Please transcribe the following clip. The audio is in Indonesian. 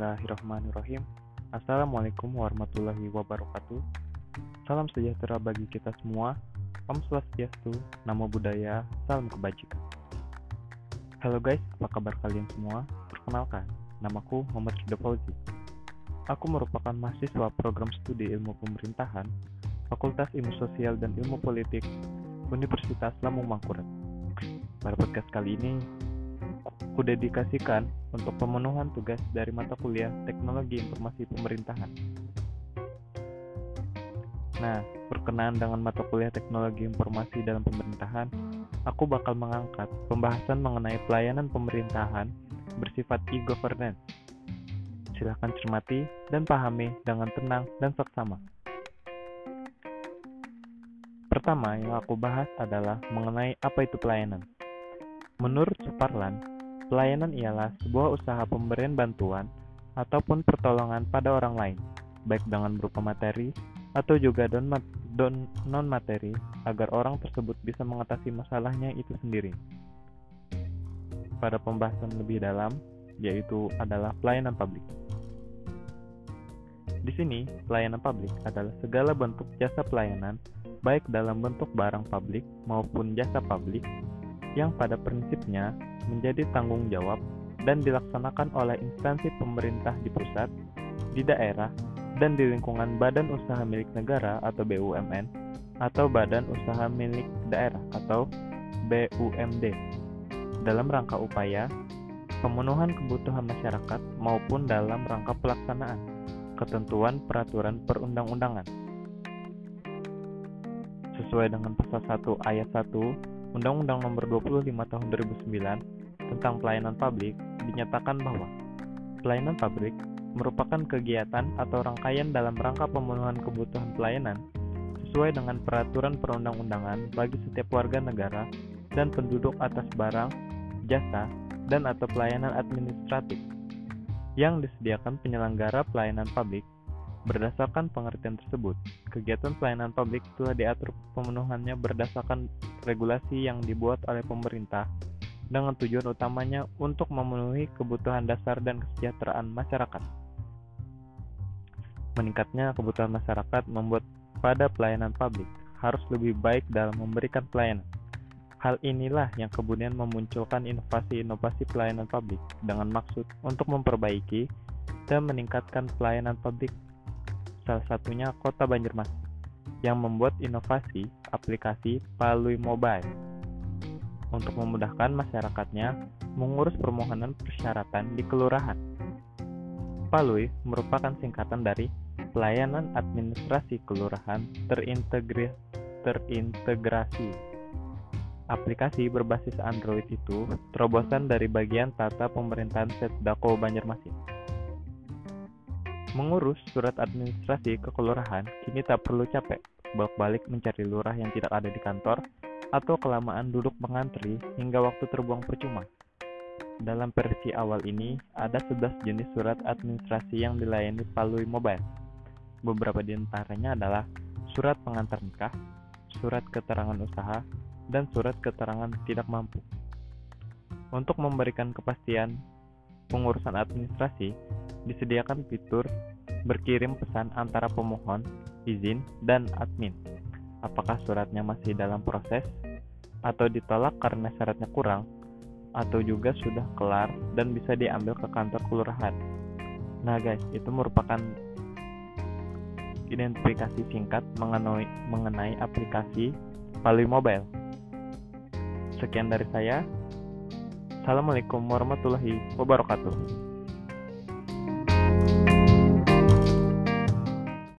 Bismillahirrahmanirrahim. Assalamualaikum warahmatullahi wabarakatuh. Salam sejahtera bagi kita semua. Om Swastiastu, Namo Buddhaya, Salam Kebajikan. Halo guys, apa kabar kalian semua? Perkenalkan, namaku Muhammad Ridho Fauzi. Aku merupakan mahasiswa program studi ilmu pemerintahan, Fakultas Ilmu Sosial dan Ilmu Politik, Universitas Lambung Mangkurat. Pada podcast kali ini, kudedikasikan untuk pemenuhan tugas dari mata kuliah Teknologi Informasi Pemerintahan. Nah, berkenaan dengan mata kuliah Teknologi Informasi dalam Pemerintahan, aku bakal mengangkat pembahasan mengenai pelayanan pemerintahan bersifat e-governance. Silahkan cermati dan pahami dengan tenang dan seksama. Pertama yang aku bahas adalah mengenai apa itu pelayanan. Menurut Suparlan, pelayanan ialah sebuah usaha pemberian bantuan ataupun pertolongan pada orang lain, baik dengan berupa materi atau juga non-materi, agar orang tersebut bisa mengatasi masalahnya itu sendiri. Pada pembahasan lebih dalam, yaitu adalah pelayanan publik. Di sini, pelayanan publik adalah segala bentuk jasa pelayanan, baik dalam bentuk barang publik maupun jasa publik, yang pada prinsipnya menjadi tanggung jawab dan dilaksanakan oleh instansi pemerintah di pusat, di daerah, dan di lingkungan badan usaha milik negara atau BUMN, atau badan usaha milik daerah atau BUMD, dalam rangka upaya pemenuhan kebutuhan masyarakat maupun dalam rangka pelaksanaan ketentuan peraturan perundang-undangan. Sesuai dengan pasal 1 ayat 1 Undang-Undang Nomor 25 Tahun 2009 tentang pelayanan publik dinyatakan bahwa pelayanan publik merupakan kegiatan atau rangkaian dalam rangka pemenuhan kebutuhan pelayanan sesuai dengan peraturan perundang-undangan bagi setiap warga negara dan penduduk atas barang, jasa, dan atau pelayanan administratif yang disediakan penyelenggara pelayanan publik. Berdasarkan pengertian tersebut, kegiatan pelayanan publik telah diatur pemenuhannya berdasarkan regulasi yang dibuat oleh pemerintah dengan tujuan utamanya untuk memenuhi kebutuhan dasar dan kesejahteraan masyarakat. Meningkatnya kebutuhan masyarakat membuat pada pelayanan publik harus lebih baik dalam memberikan pelayanan. Hal inilah yang kemudian memunculkan inovasi-inovasi pelayanan publik dengan maksud untuk memperbaiki dan meningkatkan pelayanan publik. Salah satunya Kota Banjarmasin yang membuat inovasi aplikasi Palui Mobile untuk memudahkan masyarakatnya mengurus permohonan persyaratan di kelurahan. Palui merupakan singkatan dari Pelayanan Administrasi Kelurahan Terintegrasi. Aplikasi berbasis Android itu terobosan dari bagian tata pemerintahan Setdako Banjarmasin. Mengurus surat administrasi ke kelurahan kini tak perlu capek bolak-balik mencari lurah yang tidak ada di kantor atau kelamaan duduk mengantri hingga waktu terbuang percuma. Dalam versi awal ini ada 11 jenis surat administrasi yang dilayani Palui Mobile. Beberapa di antaranya adalah surat pengantar nikah, surat keterangan usaha, dan surat keterangan tidak mampu. Untuk memberikan kepastian pengurusan administrasi, disediakan fitur berkirim pesan antara pemohon, izin, dan admin. Apakah suratnya masih dalam proses, atau ditolak karena syaratnya kurang, atau juga sudah kelar dan bisa diambil ke kantor kelurahan. Nah guys, itu merupakan identifikasi singkat mengenai aplikasi Palui Mobile. Sekian dari saya. Assalamualaikum warahmatullahi wabarakatuh.